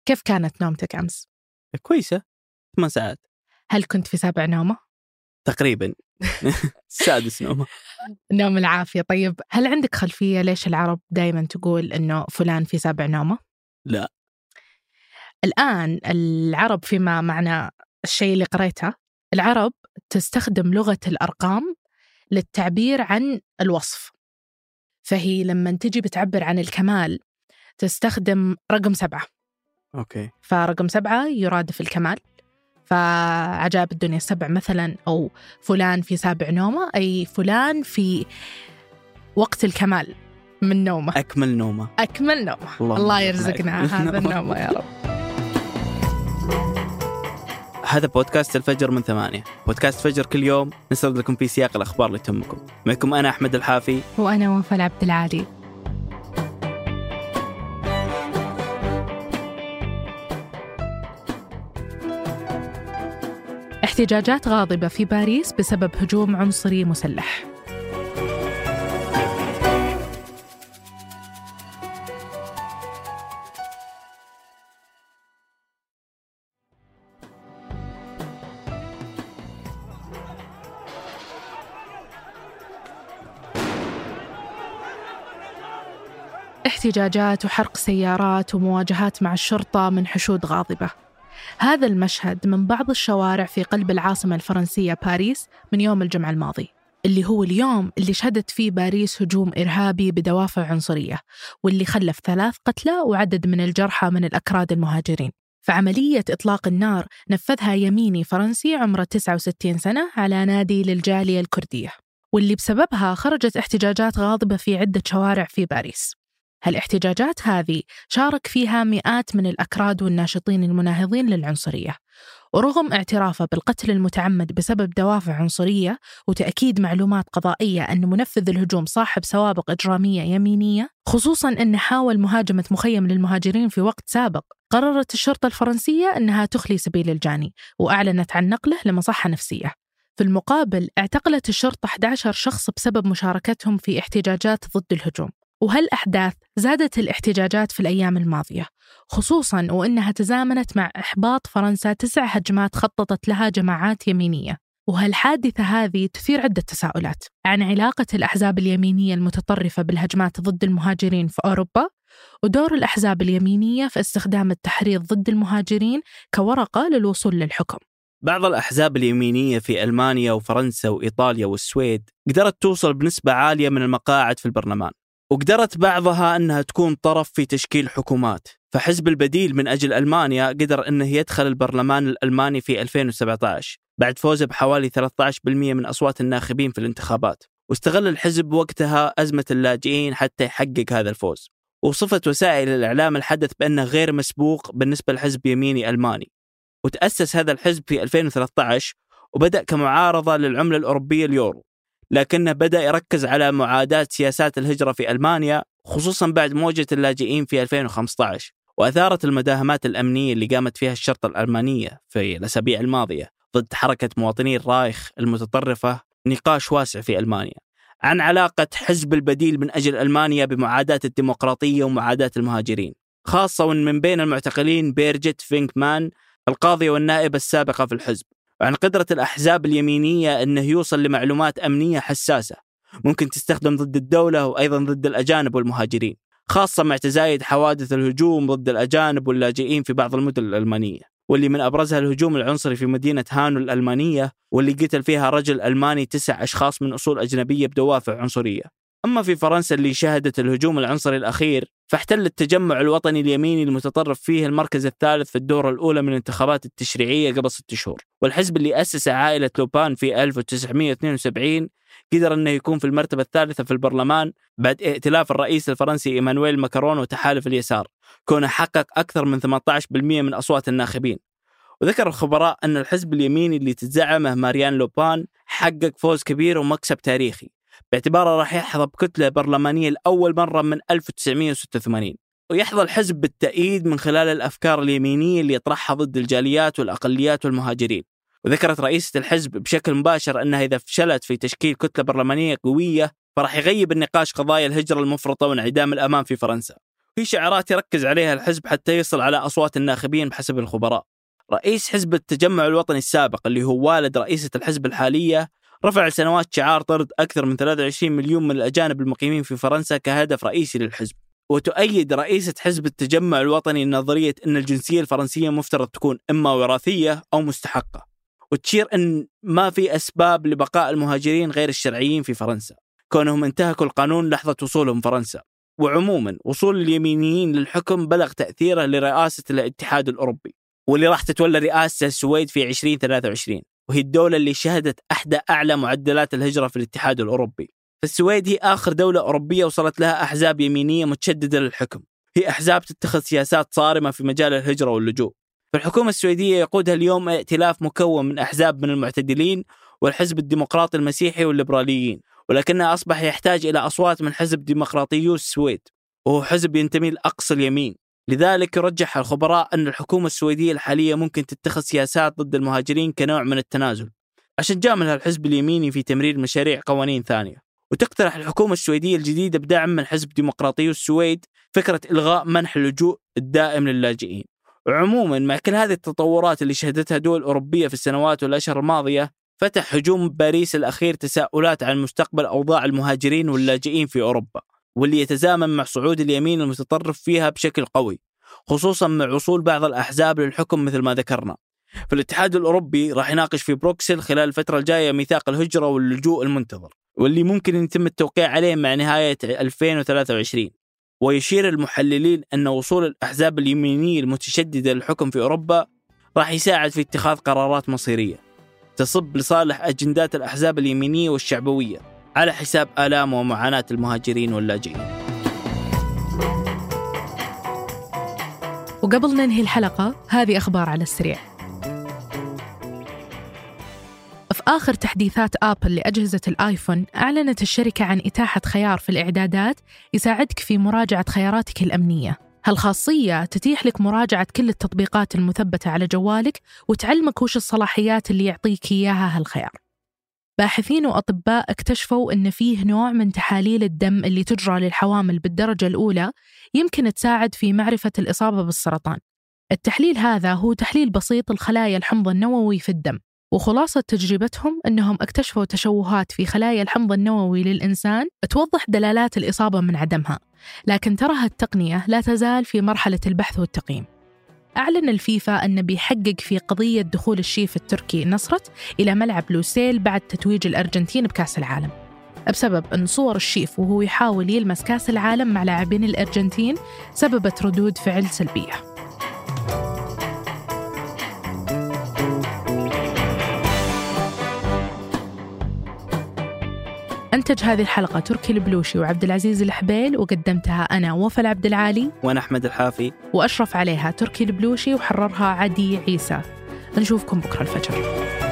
كيف كانت نومتك أمس؟ كويسة، 8 ساعات. هل كنت في 7 نومة؟ تقريبا. سادس نومة. نوم العافية. طيب هل عندك خلفية ليش العرب دايما تقول إنه فلان في 7 نومة؟ لا. الآن العرب فيما معنى الشيء اللي قريته، العرب تستخدم لغة الأرقام للتعبير عن الوصف. فهي لما تجي بتعبر عن الكمال تستخدم رقم 7. أوكي. فرقم 7 يرادف الكمال. فعجائب الدنيا 7 مثلا، أو فلان في 7 نومة، أي فلان في وقت الكمال من نومه. أكمل نومة. أكمل نومة. الله يرزقنا هذا النومة يا رب. هذا بودكاست الفجر من 8. بودكاست فجر كل يوم نسرد لكم في سياق الأخبار اللي تهمكم. معكم أنا أحمد الحافي. وأنا وفاء عبد العالي. احتجاجات غاضبة في باريس بسبب هجوم عنصري مسلح. احتجاجات وحرق سيارات ومواجهات مع الشرطة من حشود غاضبة. هذا المشهد من بعض الشوارع في قلب العاصمة الفرنسية باريس من يوم الجمعة الماضي، اللي هو اليوم اللي شهدت فيه باريس هجوم إرهابي بدوافع عنصرية، واللي خلف 3 قتلى وعدد من الجرحى من الأكراد المهاجرين. فعملية إطلاق النار نفذها يميني فرنسي عمره 69 سنة على نادي للجالية الكردية، واللي بسببها خرجت احتجاجات غاضبة في عدة شوارع في باريس. هالاحتجاجات هذه شارك فيها مئات من الأكراد والناشطين المناهضين للعنصرية، ورغم اعترافه بالقتل المتعمد بسبب دوافع عنصرية وتأكيد معلومات قضائية أن منفذ الهجوم صاحب سوابق إجرامية يمينية، خصوصاً أنه حاول مهاجمة مخيم للمهاجرين في وقت سابق، قررت الشرطة الفرنسية أنها تخلي سبيل الجاني وأعلنت عن نقله لمصحة نفسية. في المقابل اعتقلت الشرطة 11 شخص بسبب مشاركتهم في احتجاجات ضد الهجوم. وهالأحداث زادت الاحتجاجات في الأيام الماضية، خصوصاً وأنها تزامنت مع إحباط فرنسا 9 هجمات خططت لها جماعات يمينية. وهالحادثة هذه تثير عدة تساؤلات عن علاقة الأحزاب اليمينية المتطرفة بالهجمات ضد المهاجرين في أوروبا، ودور الأحزاب اليمينية في استخدام التحريض ضد المهاجرين كورقة للوصول للحكم. بعض الأحزاب اليمينية في ألمانيا وفرنسا وإيطاليا والسويد قدرت توصل بنسبة عالية من المقاعد في البرلمان، وقدرت بعضها أنها تكون طرف في تشكيل حكومات. فحزب البديل من أجل ألمانيا قدر أنه يدخل البرلمان الألماني في 2017 بعد فوزه بحوالي 13% من أصوات الناخبين في الانتخابات، واستغل الحزب وقتها أزمة اللاجئين حتى يحقق هذا الفوز. وصفت وسائل الإعلام الحدث بأنه غير مسبوق بالنسبة لحزب يميني ألماني. وتأسس هذا الحزب في 2013 وبدأ كمعارضة للعملة الأوروبية اليورو، لكنه بدأ يركز على معاداة سياسات الهجرة في ألمانيا، خصوصا بعد موجة اللاجئين في 2015. وأثارت المداهمات الأمنية اللي قامت فيها الشرطة الألمانية في الأسابيع الماضية ضد حركة مواطني الرايخ المتطرفة نقاش واسع في ألمانيا عن علاقة حزب البديل من أجل ألمانيا بمعاداة الديمقراطية ومعاداة المهاجرين، خاصة ومن بين المعتقلين بيرجيت فينكمان القاضية والنائبة السابقة في الحزب، وعن قدرة الأحزاب اليمينية أنه يوصل لمعلومات أمنية حساسة ممكن تستخدم ضد الدولة وأيضا ضد الأجانب والمهاجرين، خاصة مع تزايد حوادث الهجوم ضد الأجانب واللاجئين في بعض المدن الألمانية، واللي من أبرزها الهجوم العنصري في مدينة هانو الألمانية، واللي قتل فيها رجل ألماني 9 أشخاص من أصول أجنبية بدوافع عنصرية. أما في فرنسا اللي شهدت الهجوم العنصري الأخير، فاحتل التجمع الوطني اليميني المتطرف فيه المركز الثالث في الدورة الأولى من الانتخابات التشريعية قبل 6 شهور. والحزب اللي أسس عائلة لوبان في 1972 قدر أنه يكون في المرتبة الثالثة في البرلمان بعد ائتلاف الرئيس الفرنسي إيمانويل ماكرون وتحالف اليسار، كونه حقق أكثر من 18% من أصوات الناخبين. وذكر الخبراء أن الحزب اليميني اللي تزعمه ماريان لوبان حقق فوز كبير ومكسب تاريخي، باعتباره راح يحظى بكتلة برلمانية لأول مرة من 1986. ويحظى الحزب بالتأييد من خلال الأفكار اليمينية اللي يطرحها ضد الجاليات والأقليات والمهاجرين. وذكرت رئيسة الحزب بشكل مباشر أنها إذا فشلت في تشكيل كتلة برلمانية قوية فراح يغيب النقاش قضايا الهجرة المفرطة وانعدام الأمان في فرنسا. في شعارات يركز عليها الحزب حتى يصل على أصوات الناخبين بحسب الخبراء. رئيس حزب التجمع الوطني السابق اللي هو والد رئيسة الحزب الحالية رفع لسنوات شعار طرد أكثر من 23 مليون من الأجانب المقيمين في فرنسا كهدف رئيسي للحزب. وتؤيد رئيسة حزب التجمع الوطني نظرية أن الجنسية الفرنسية مفترض تكون إما وراثية أو مستحقة، وتشير أن ما في أسباب لبقاء المهاجرين غير الشرعيين في فرنسا كونهم انتهكوا القانون لحظة وصولهم فرنسا. وعموما وصول اليمينيين للحكم بلغ تأثيره لرئاسة الاتحاد الأوروبي، واللي راح تتولى رئاسة السويد في 2023، وهي الدولة اللي شهدت أحدى أعلى معدلات الهجرة في الاتحاد الأوروبي. فالسويد هي آخر دولة أوروبية وصلت لها أحزاب يمينية متشددة للحكم، هي أحزاب تتخذ سياسات صارمة في مجال الهجرة واللجوء. فالحكومة السويدية يقودها اليوم ائتلاف مكون من أحزاب من المعتدلين والحزب الديمقراطي المسيحي والليبراليين، ولكنها أصبح يحتاج إلى أصوات من حزب ديمقراطيو السويد، وهو حزب ينتمي لأقصى اليمين. لذلك يرجح الخبراء أن الحكومة السويدية الحالية ممكن تتخذ سياسات ضد المهاجرين كنوع من التنازل عشان جاملها الحزب اليميني في تمرير مشاريع قوانين ثانية. وتقترح الحكومة السويدية الجديدة بدعم من حزب ديمقراطيو السويد فكرة إلغاء منح اللجوء الدائم للاجئين. وعموما مع كل هذه التطورات اللي شهدتها دول أوروبية في السنوات والأشهر الماضية، فتح هجوم باريس الأخير تساؤلات عن مستقبل أوضاع المهاجرين واللاجئين في أوروبا، واللي يتزامن مع صعود اليمين المتطرف فيها بشكل قوي، خصوصا مع وصول بعض الأحزاب للحكم مثل ما ذكرنا. فالاتحاد الأوروبي راح يناقش في بروكسل خلال الفترة الجاية ميثاق الهجرة واللجوء المنتظر، واللي ممكن يتم التوقيع عليه مع نهاية 2023. ويشير المحللين أن وصول الأحزاب اليمينية المتشددة للحكم في أوروبا راح يساعد في اتخاذ قرارات مصيرية تصب لصالح أجندات الأحزاب اليمينية والشعبوية على حساب آلام ومعاناة المهاجرين واللاجئين. وقبل ننهي الحلقة هذه أخبار على السريع. في آخر تحديثات آبل لأجهزة الآيفون، أعلنت الشركة عن إتاحة خيار في الإعدادات يساعدك في مراجعة خياراتك الأمنية. هالخاصية تتيح لك مراجعة كل التطبيقات المثبتة على جوالك وتعلمك وش الصلاحيات اللي يعطيك إياها هالخيار. باحثين وأطباء اكتشفوا أن فيه نوع من تحاليل الدم اللي تجرى للحوامل بالدرجة الأولى يمكن تساعد في معرفة الإصابة بالسرطان. التحليل هذا هو تحليل بسيط لخلايا الحمض النووي في الدم، وخلاصة تجربتهم أنهم اكتشفوا تشوهات في خلايا الحمض النووي للإنسان توضح دلالات الإصابة من عدمها، لكن ترى هالتقنية لا تزال في مرحلة البحث والتقييم. أعلن الفيفا أنه بيحقق في قضية دخول الشيف التركي نصرت إلى ملعب لوسيل بعد تتويج الأرجنتين بكأس العالم، بسبب أن صور الشيف وهو يحاول يلمس كأس العالم مع لاعبين الأرجنتين سببت ردود فعل سلبية. أنتج هذه الحلقة تركي البلوشي وعبد العزيز الحبيل، وقدمتها أنا وفاء عبد العالي وأنا أحمد الحافي، وأشرف عليها تركي البلوشي وحررها عدي عيسى. نشوفكم بكرة الفجر.